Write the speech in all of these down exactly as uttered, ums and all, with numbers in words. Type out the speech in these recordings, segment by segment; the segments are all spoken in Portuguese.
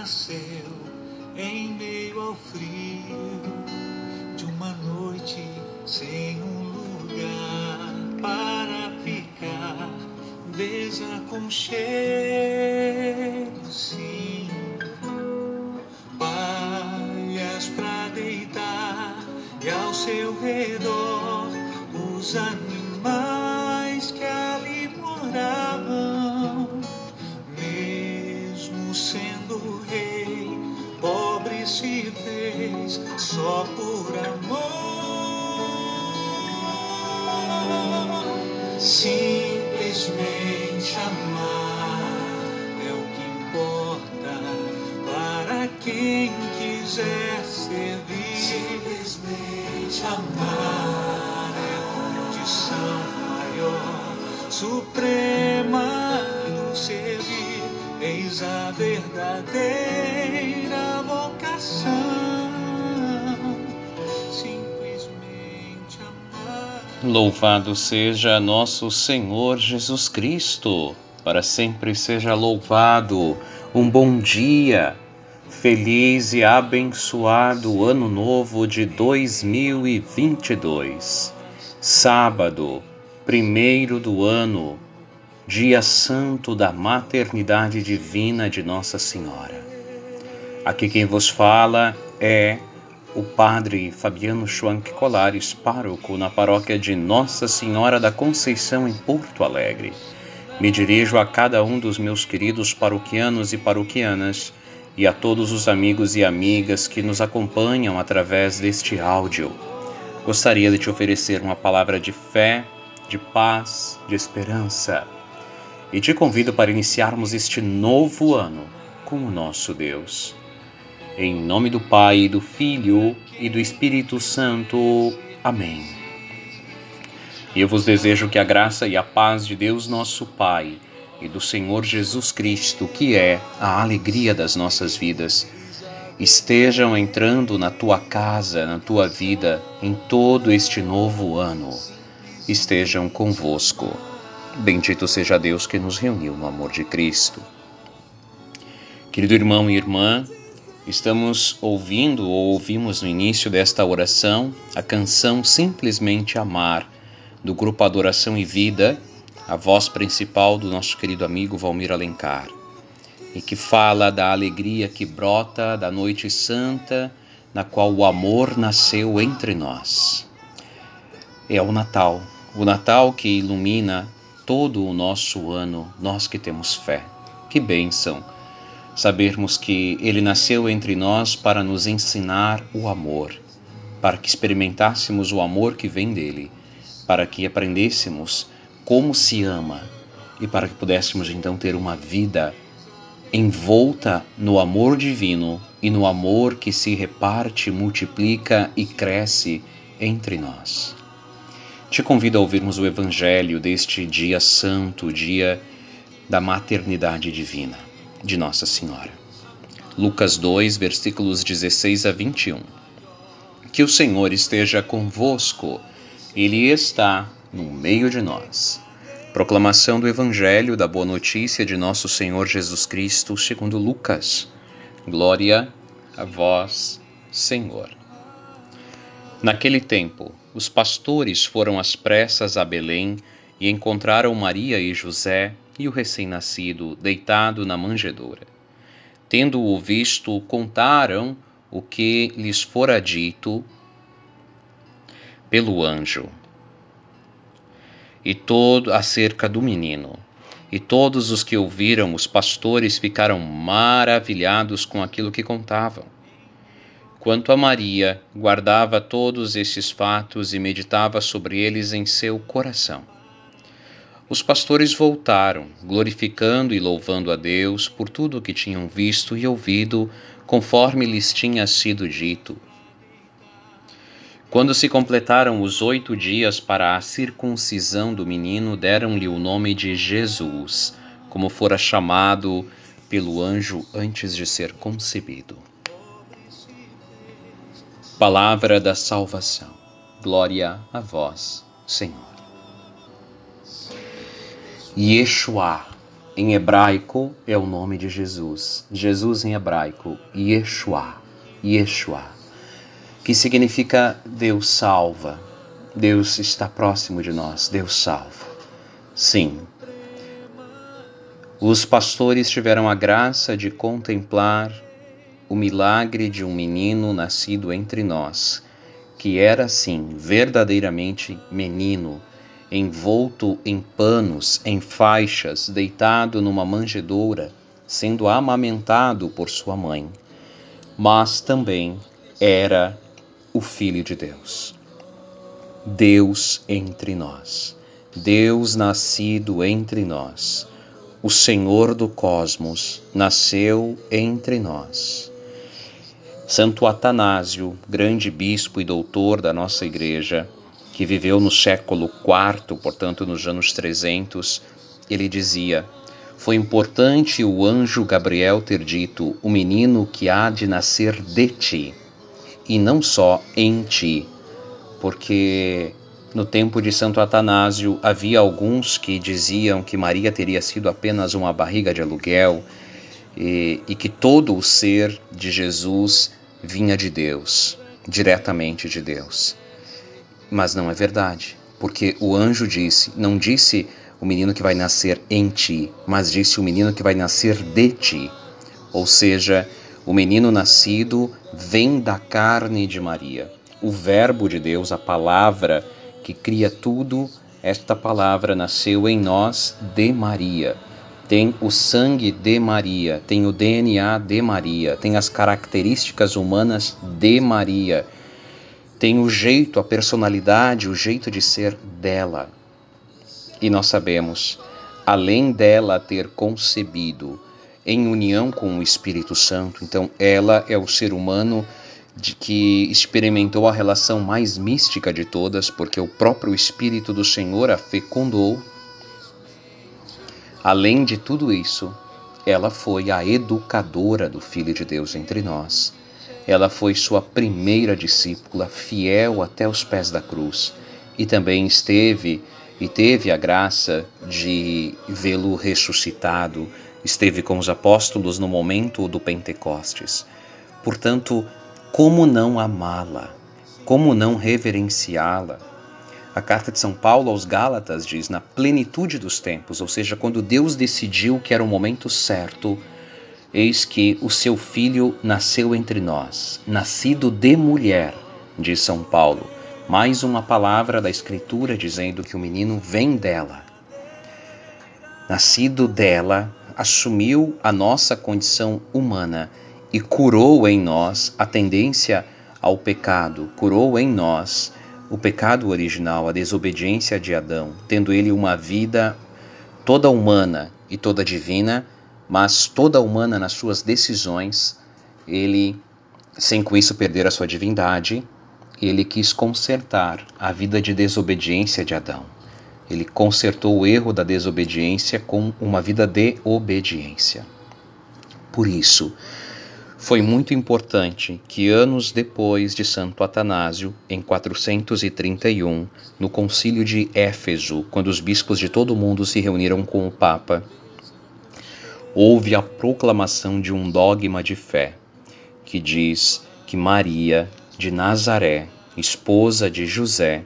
nasceu em meio ao frio de uma noite sem um lugar para ficar. Desaconchego, sim, palhas pra deitar e ao seu redor os animais que ali moravam. Mesmo sendo rei, pobre se fez só por amor. Simplesmente amar é o que importa para quem quiser servir. Simplesmente amar é a condição maior, suprema do servir. Eis a verdadeira vocação. Simplesmente amar. Louvado seja nosso Senhor Jesus Cristo, para sempre seja louvado. Um bom dia, feliz e abençoado ano novo de dois mil e vinte e dois. Sábado, primeiro do ano, dia santo da maternidade divina de Nossa Senhora. Aqui quem vos fala é o Padre Fabiano Schwank Colares, pároco na paróquia de Nossa Senhora da Conceição, em Porto Alegre. Me dirijo a cada um dos meus queridos paroquianos e paroquianas e a todos os amigos e amigas que nos acompanham através deste áudio. Gostaria de te oferecer uma palavra de fé, de paz, de esperança. E te convido para iniciarmos este novo ano com o nosso Deus. Em nome do Pai, do Filho e do Espírito Santo. Amém. E eu vos desejo que a graça e a paz de Deus nosso Pai e do Senhor Jesus Cristo, que é a alegria das nossas vidas, estejam entrando na tua casa, na tua vida, em todo este novo ano. Estejam convosco. Bendito seja Deus que nos reuniu no amor de Cristo. Querido irmão e irmã, estamos ouvindo ou ouvimos no início desta oração a canção Simplesmente Amar, do grupo Adoração e Vida, a voz principal do nosso querido amigo Valmir Alencar, e que fala da alegria que brota da noite santa, na qual o amor nasceu entre nós. É o Natal, o Natal que ilumina todo o nosso ano, nós que temos fé. Que bênção sabermos que Ele nasceu entre nós para nos ensinar o amor, para que experimentássemos o amor que vem dEle, para que aprendêssemos como se ama e para que pudéssemos então ter uma vida envolta no amor divino e no amor que se reparte, multiplica e cresce entre nós. Te convido a ouvirmos o Evangelho deste dia santo, dia da maternidade divina de Nossa Senhora. Lucas dois, versículos dezesseis a vinte e um. Que o Senhor esteja convosco, Ele está no meio de nós. Proclamação do Evangelho da Boa Notícia de Nosso Senhor Jesus Cristo, segundo Lucas. Glória a vós, Senhor. Naquele tempo, os pastores foram às pressas a Belém e encontraram Maria e José e o recém-nascido deitado na manjedoura. Tendo-o visto, contaram o que lhes fora dito pelo anjo, e todo acerca do menino. E todos os que ouviram os pastores ficaram maravilhados com aquilo que contavam. Quanto a Maria, guardava todos esses fatos e meditava sobre eles em seu coração. Os pastores voltaram, glorificando e louvando a Deus por tudo o que tinham visto e ouvido, conforme lhes tinha sido dito. Quando se completaram os oito dias para a circuncisão do menino, deram-lhe o nome de Jesus, como fora chamado pelo anjo antes de ser concebido. Palavra da salvação. Glória a vós, Senhor. Yeshua, em hebraico é o nome de Jesus. Jesus em hebraico, Yeshua, Yeshua, que significa Deus salva. Deus está próximo de nós, Deus salva. Sim. Os pastores tiveram a graça de contemplar o milagre de um menino nascido entre nós, que era, sim, verdadeiramente menino, envolto em panos, em faixas, deitado numa manjedoura, sendo amamentado por sua mãe. Mas também era o Filho de Deus. Deus entre nós. Deus nascido entre nós. O Senhor do cosmos nasceu entre nós. Santo Atanásio, grande bispo e doutor da nossa igreja, que viveu no século quarto, portanto nos anos trezentos, ele dizia: foi importante o anjo Gabriel ter dito, o menino que há de nascer de ti, e não só em ti, porque no tempo de Santo Atanásio havia alguns que diziam que Maria teria sido apenas uma barriga de aluguel e, e que todo o ser de Jesus vinha de Deus, diretamente de Deus. Mas não é verdade, porque o anjo disse, não disse o menino que vai nascer em ti, mas disse o menino que vai nascer de ti. Ou seja, o menino nascido vem da carne de Maria. O verbo de Deus, a palavra que cria tudo, esta palavra nasceu em nós de Maria. Tem o sangue de Maria, tem o D N A de Maria, tem as características humanas de Maria, tem o jeito, a personalidade, o jeito de ser dela. E nós sabemos, além dela ter concebido em união com o Espírito Santo, então ela é o ser humano de que experimentou a relação mais mística de todas, porque o próprio Espírito do Senhor a fecundou. Além de tudo isso, ela foi a educadora do Filho de Deus entre nós. Ela foi sua primeira discípula, fiel até os pés da cruz, e também esteve e teve a graça de vê-lo ressuscitado, esteve com os apóstolos no momento do Pentecostes. Portanto, como não amá-la? Como não reverenciá-la? A carta de São Paulo aos Gálatas diz, na plenitude dos tempos, ou seja, quando Deus decidiu que era o momento certo, eis que o seu Filho nasceu entre nós, nascido de mulher, diz São Paulo. Mais uma palavra da Escritura dizendo que o menino vem dela. Nascido dela, assumiu a nossa condição humana e curou em nós a tendência ao pecado, curou em nós o pecado original, a desobediência de Adão, tendo ele uma vida toda humana e toda divina, mas toda humana nas suas decisões. Ele, sem com isso perder a sua divindade, ele quis consertar a vida de desobediência de Adão. Ele consertou o erro da desobediência com uma vida de obediência. Por isso, foi muito importante que anos depois de Santo Atanásio, em quatrocentos e trinta e um, no concílio de Éfeso, quando os bispos de todo o mundo se reuniram com o Papa, houve a proclamação de um dogma de fé, que diz que Maria de Nazaré, esposa de José,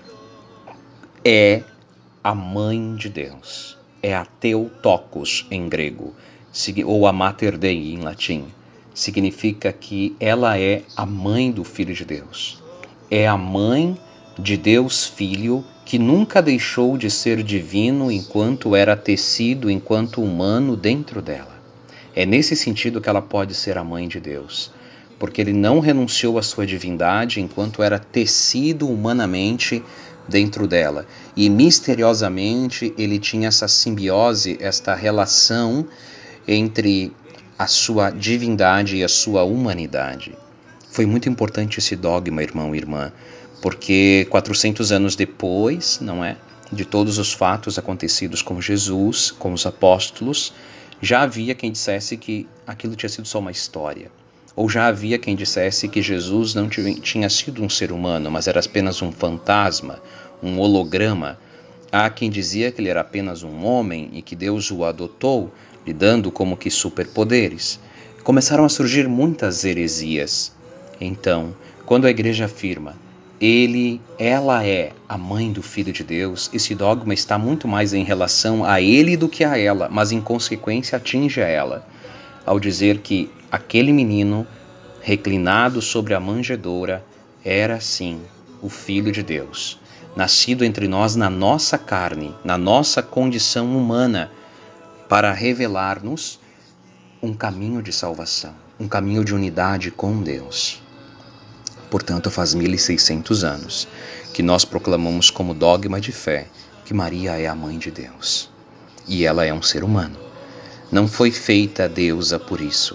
é a mãe de Deus, é a Theotokos em grego, ou a Mater Dei em latim. Significa que ela é a mãe do Filho de Deus. É a mãe de Deus Filho, que nunca deixou de ser divino enquanto era tecido, enquanto humano dentro dela. É nesse sentido que ela pode ser a mãe de Deus, porque ele não renunciou à sua divindade enquanto era tecido humanamente dentro dela. E misteriosamente ele tinha essa simbiose, esta relação entre a sua divindade e a sua humanidade. Foi muito importante esse dogma, irmão e irmã, porque quatrocentos anos depois, não é, de todos os fatos acontecidos com Jesus, com os apóstolos, já havia quem dissesse que aquilo tinha sido só uma história. Ou já havia quem dissesse que Jesus não tinha sido um ser humano, mas era apenas um fantasma, um holograma, Há quem dizia que ele era apenas um homem e que Deus o adotou, lhe dando como que superpoderes. Começaram a surgir muitas heresias. Então, quando a igreja afirma, ele, ela é a mãe do Filho de Deus, esse dogma está muito mais em relação a ele do que a ela, mas em consequência atinge a ela, ao dizer que aquele menino, reclinado sobre a manjedoura, era sim o Filho de Deus, nascido entre nós na nossa carne, na nossa condição humana, para revelar-nos um caminho de salvação, um caminho de unidade com Deus. Portanto, faz mil e seiscentos anos que nós proclamamos como dogma de fé que Maria é a mãe de Deus. E ela é um ser humano. Não foi feita deusa por isso,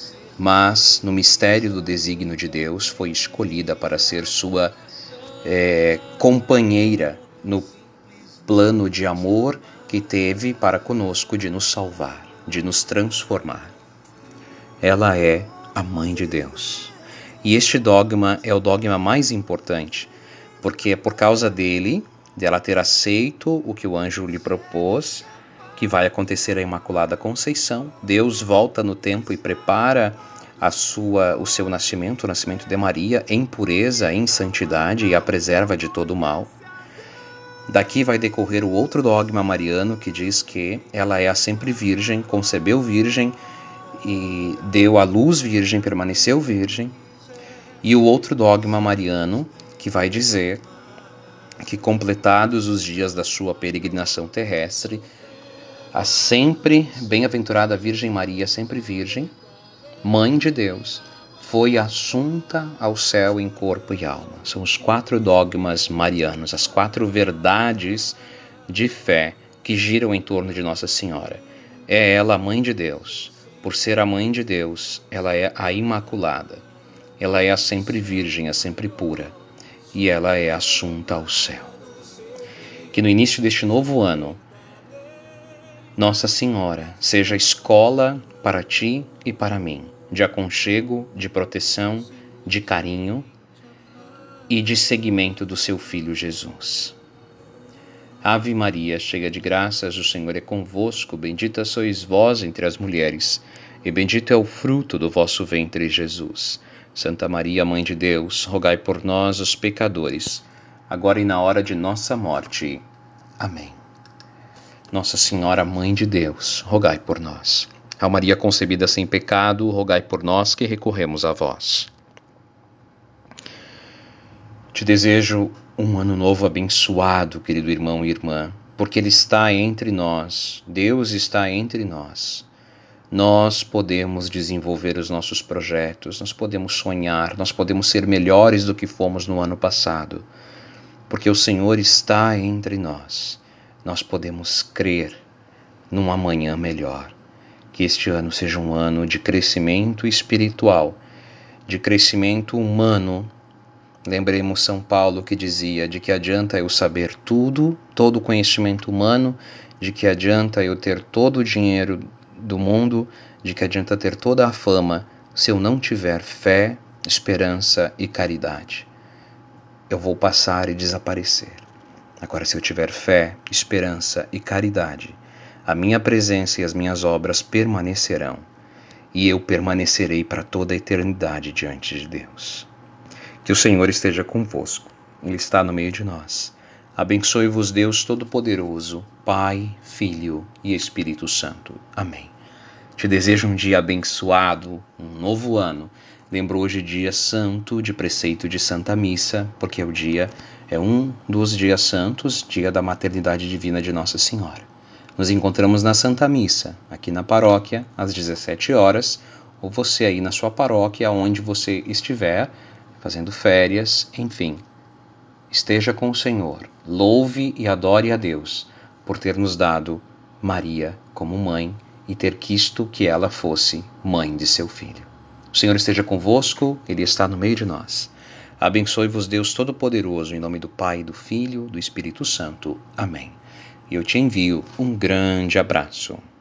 mas no mistério do desígnio de Deus foi escolhida para ser sua é, companheira no plano de amor que teve para conosco de nos salvar, de nos transformar. Ela é a mãe de Deus. E este dogma é o dogma mais importante, porque é por causa dele, dela ter aceito o que o anjo lhe propôs, que vai acontecer a Imaculada Conceição. Deus volta no tempo e prepara a sua, o seu nascimento, o nascimento de Maria, em pureza, em santidade, e a preserva de todo o mal. Daqui vai decorrer o outro dogma mariano, que diz que ela é a sempre virgem, concebeu virgem e deu à luz virgem, permaneceu virgem. E o outro dogma mariano, que vai dizer que, completados os dias da sua peregrinação terrestre, a sempre bem-aventurada Virgem Maria, sempre virgem, mãe de Deus, foi assunta ao céu em corpo e alma. São os quatro dogmas marianos, as quatro verdades de fé que giram em torno de Nossa Senhora. É ela a mãe de Deus. Por ser a mãe de Deus, ela é a Imaculada. Ela é a sempre virgem, a sempre pura, e ela é assunta ao céu. Que no início deste novo ano, Nossa Senhora seja escola para ti e para mim, de aconchego, de proteção, de carinho e de seguimento do seu Filho Jesus. Ave Maria, cheia de graças, o Senhor é convosco, bendita sois vós entre as mulheres, e bendito é o fruto do vosso ventre, Jesus. Santa Maria, Mãe de Deus, rogai por nós, os pecadores, agora e na hora de nossa morte. Amém. Nossa Senhora, Mãe de Deus, rogai por nós. A Maria concebida sem pecado, rogai por nós que recorremos a vós. Te desejo um ano novo abençoado, querido irmão e irmã, porque Ele está entre nós, Deus está entre nós. Nós podemos desenvolver os nossos projetos, nós podemos sonhar, nós podemos ser melhores do que fomos no ano passado, porque o Senhor está entre nós. Nós podemos crer num amanhã melhor. Que este ano seja um ano de crescimento espiritual, de crescimento humano. Lembremos São Paulo que dizia: de que adianta eu saber tudo, todo o conhecimento humano, de que adianta eu ter todo o dinheiro do mundo, de que adianta ter toda a fama, se eu não tiver fé, esperança e caridade. Eu vou passar e desaparecer. Agora, se eu tiver fé, esperança e caridade, a minha presença e as minhas obras permanecerão, e eu permanecerei para toda a eternidade diante de Deus. Que o Senhor esteja convosco, Ele está no meio de nós. Abençoe-vos Deus Todo-Poderoso, Pai, Filho e Espírito Santo. Amém. Te desejo um dia abençoado, um novo ano. Lembro hoje dia santo de preceito de Santa Missa, porque o dia é um dos dias santos, dia da maternidade divina de Nossa Senhora. Nos encontramos na Santa Missa, aqui na paróquia, às dezessete horas, ou você aí na sua paróquia, onde você estiver, fazendo férias, enfim. Esteja com o Senhor, louve e adore a Deus por ter nos dado Maria como mãe e ter quisto que ela fosse mãe de seu filho. O Senhor esteja convosco, Ele está no meio de nós. Abençoe-vos Deus Todo-Poderoso, em nome do Pai, do Filho, do Espírito Santo. Amém. E eu te envio um grande abraço.